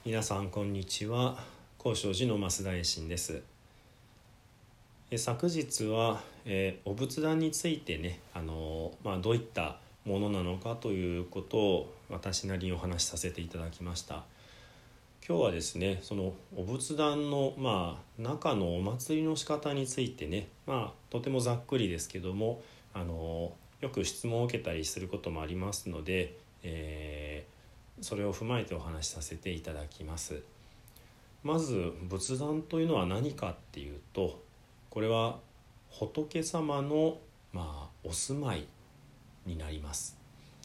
皆さんこんにちは。高尚寺の増田衛進です。昨日は、お仏壇についてね、どういったものなのかということを私なりにお話しさせていただきました。今日はですね、そのお仏壇の、中のお祭りの仕方についてね、とてもざっくりですけども、よく質問を受けたりすることもありますので、それを踏まえてお話しさせていただきます。まず仏壇というのは何かっていうと、これは仏様の、お住まいになります。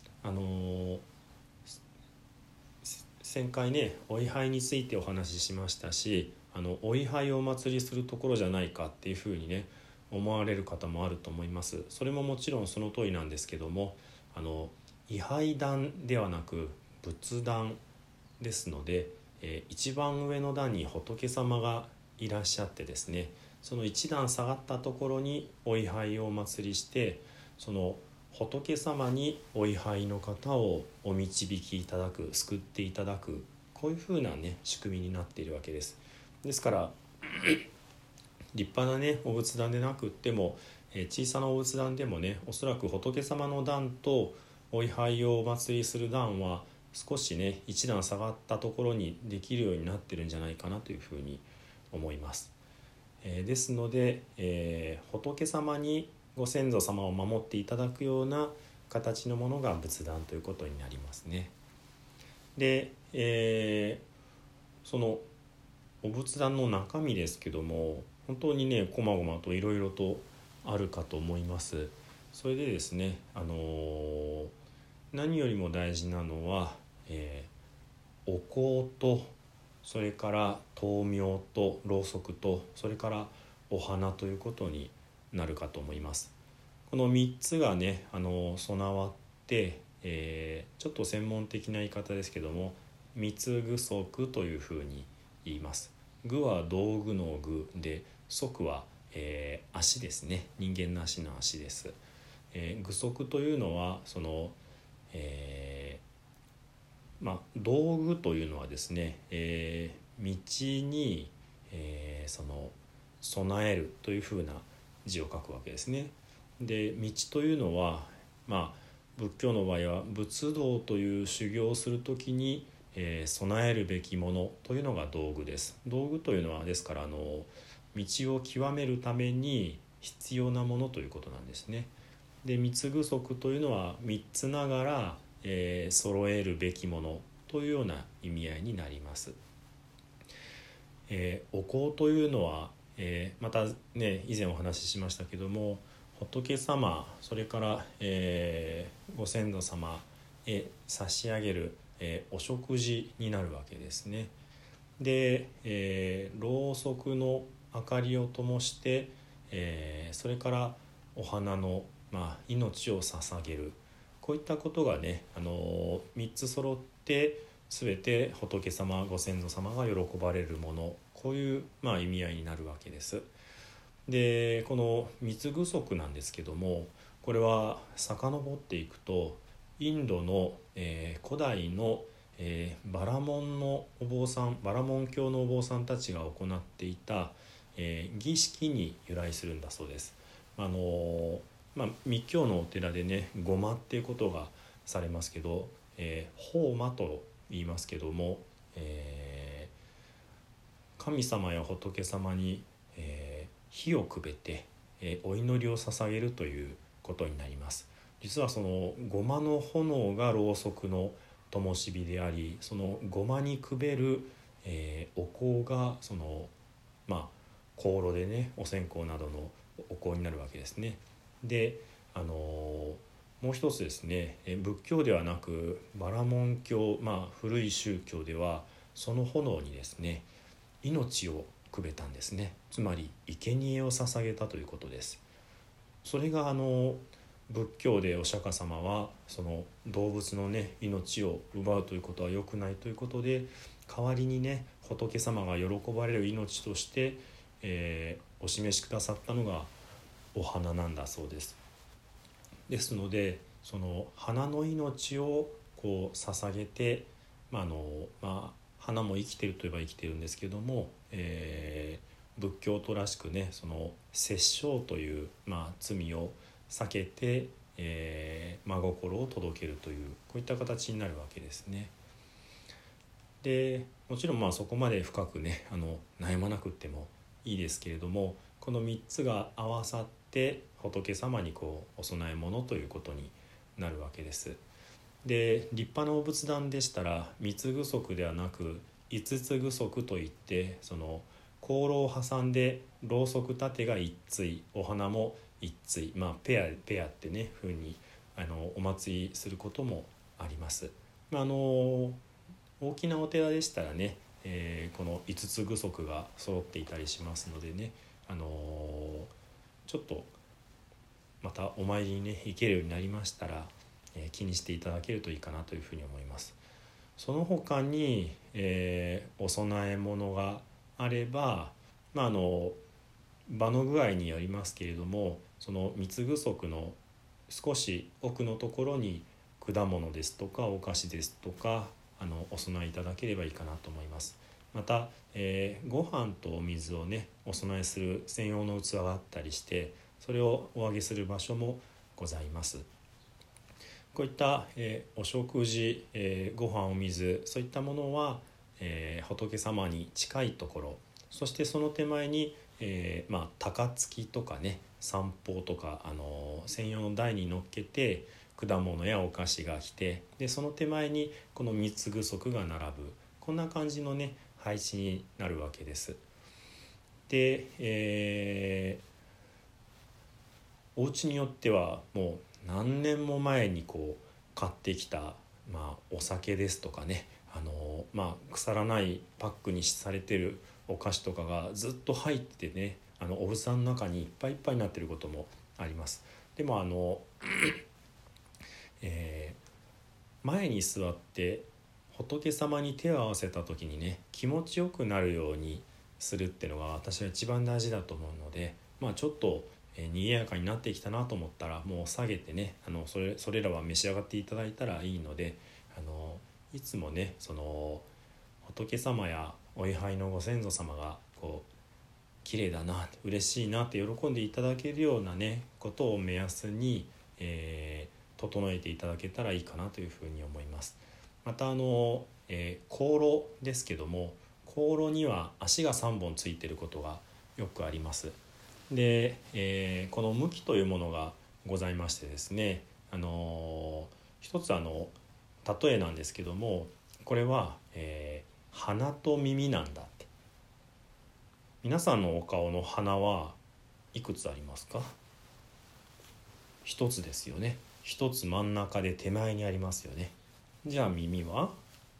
前回ね、お位牌についてお話ししましたし、お位牌をお祭りするところじゃないかっていうふうにね思われる方もあると思います。それももちろんその通りなんですけども、位牌壇ではなく仏壇ですので、一番上の段に仏様がいらっしゃってですね、その一段下がったところにお位牌をお祭りして、その仏様にお位牌の方をお導きいただく、救っていただく、こういうふうなね仕組みになっているわけです。ですから立派なねお仏壇でなくっても、小さなお仏壇でもね、おそらく仏様の段とお位牌をお祭りする段は少しね一段下がったところにできるようになってるんじゃないかなというふうに思います。ですので、仏様にご先祖様を守っていただくような形のものが仏壇ということになりますね。で、そのお仏壇の中身ですけども、本当にね細々といろいろとあるかと思います。それでですね、何よりも大事なのは、お香と、それから灯明とろうそくと、それからお花ということになるかと思います。この3つがね備わって、ちょっと専門的な言い方ですけども、三つ具足というふうに言います。具は道具の具で、足は、足ですね。人間の足の足です。具足というのはその、道具というのはですね、道に、その備えるというふうな字を書くわけですね。で、道というのは、仏教の場合は仏道という修行をするときに、備えるべきものというのが道具です。道具というのはですから道を極めるために必要なものということなんですね。で、三つ具足というのは3つながら、揃えるべきものというような意味合いになります。お香というのは、またね以前お話ししましたけども、仏様、それから、ご先祖様へ差し上げる、お食事になるわけですね。で、ろうそくの明かりを灯して、それからお花の、命を捧げる、こういったことがね、3つ揃って全て仏様、ご先祖様が喜ばれるもの、こういう、意味合いになるわけです。で、この三つ具足なんですけども、これは遡っていくとインドの、古代の、バラモンのお坊さん、バラモン教のお坊さんたちが行っていた、儀式に由来するんだそうです。密教のお寺でね、ごまっていうことがされますけど、ホーマと言いますけども、神様や仏様に、火をくべて、お祈りを捧げるということになります。実はそのごまの炎がろうそくの灯火であり、そのごまにくべる、お香がその香炉でね、お線香などのお香になるわけですね。で、もう一つですね、仏教ではなくバラモン教、古い宗教ではその炎にですね命をくべたんですね。つまり生贄を捧げたということです。それが仏教でお釈迦様はその動物のね命を奪うということは良くないということで、代わりにね仏様が喜ばれる命として、お示しくださったのがお花なんだそうです。ですので、その花の命をこう捧げて、 花も生きてるといえば生きてるんですけども、仏教徒らしくねその殺生という、罪を避けて、真心を届けるというこういった形になるわけですね。でもちろんそこまで深くね悩まなくってもいいですけれども、この3つが合わさって仏様にお供え物ということになるわけです。で立派なお仏壇でしたら3つ具足ではなく5つ具足といって、その香炉を挟んでろうそく立てが1対、お花も1対、ペアってね風にお祭りすることもあります。大きなお寺でしたらね、この5つ具足が揃っていたりしますのでね、ちょっとまたお参りにね行けるようになりましたら、気にしていただけるといいかなというふうに思います。その他に、お供え物があれば、場の具合によりますけれども、その三つ具足の少し奥のところに果物ですとかお菓子ですとかお供えいただければいいかなと思います。また、ご飯とお水をねお供えする専用の器があったりして、それをお上げする場所もございます。こういった、お食事、ご飯お水そういったものは、仏様に近いところ、そしてその手前に、高付きとかね三宝とか、専用の台に乗っけて果物やお菓子が来て、でその手前にこの三つ具足が並ぶ、こんな感じのね配置になるわけです。で、お家によってはもう何年も前に買ってきた、お酒ですとかね、腐らないパックにされてるお菓子とかがずっと入ってね、お仏壇の中にいっぱいいっぱいになっていることもあります。でも前に座って仏様に手を合わせた時にね気持ちよくなるようにするっていうのが私は一番大事だと思うので、ちょっと賑やかになってきたなと思ったらもう下げてねそれらは召し上がっていただいたらいいので、いつもねその仏様やお位牌のご先祖様が綺麗だな嬉しいなって喜んでいただけるようなねことを目安に、整えていただけたらいいかなというふうに思います。また香炉ですけども、香炉には足が3本ついていることがよくあります。で、この向きというものがございましてですね、一つ例えなんですけども、これは、鼻と耳なんだって。皆さんのお顔の鼻はいくつありますか？一つですよね。一つ真ん中で手前にありますよね。じゃあ耳は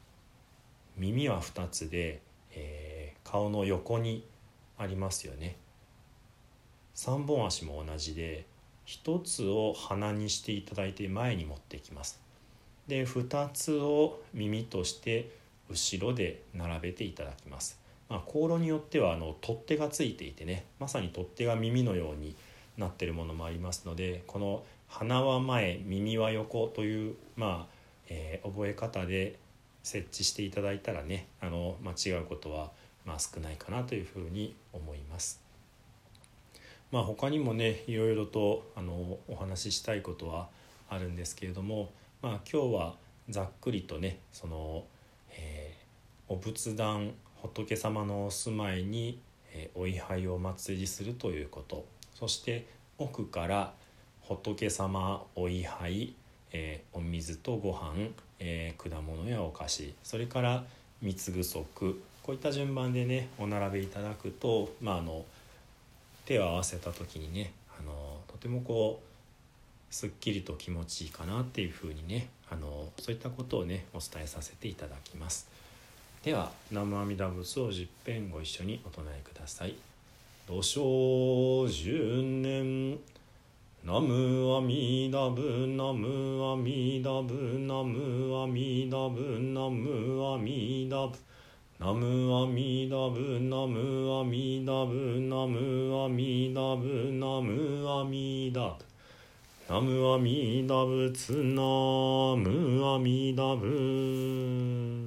2つで、顔の横にありますよね。3本足も同じで、1つを鼻にしていただいて前に持ってきます。で2つを耳として後ろで並べていただきます。香炉によっては取っ手がついていてね、まさに取っ手が耳のようになっているものもありますので、この鼻は前耳は横という、覚え方で設置していただいたらね間違うことは少ないかなというふうに思います。他にもねいろいろとお話ししたいことはあるんですけれども、今日はざっくりとねその、お仏壇仏様のお住まいに、お位牌をお祭りするということ、そして奥から仏様お位牌、お水とご飯、果物やお菓子、それから三つ具足、こういった順番でねお並べいただくと、手を合わせた時にねとてもすっきりと気持ちいいかなっていうふうにねそういったことをねお伝えさせていただきます。では南無阿弥陀仏を10遍ご一緒にお唱えください。土生十年南無阿弥陀仏南無阿弥陀仏南無阿弥陀仏南無阿弥陀仏南無阿弥陀仏南無阿弥陀仏南無阿弥陀仏南無阿弥陀仏南無阿弥陀仏南無阿弥陀仏。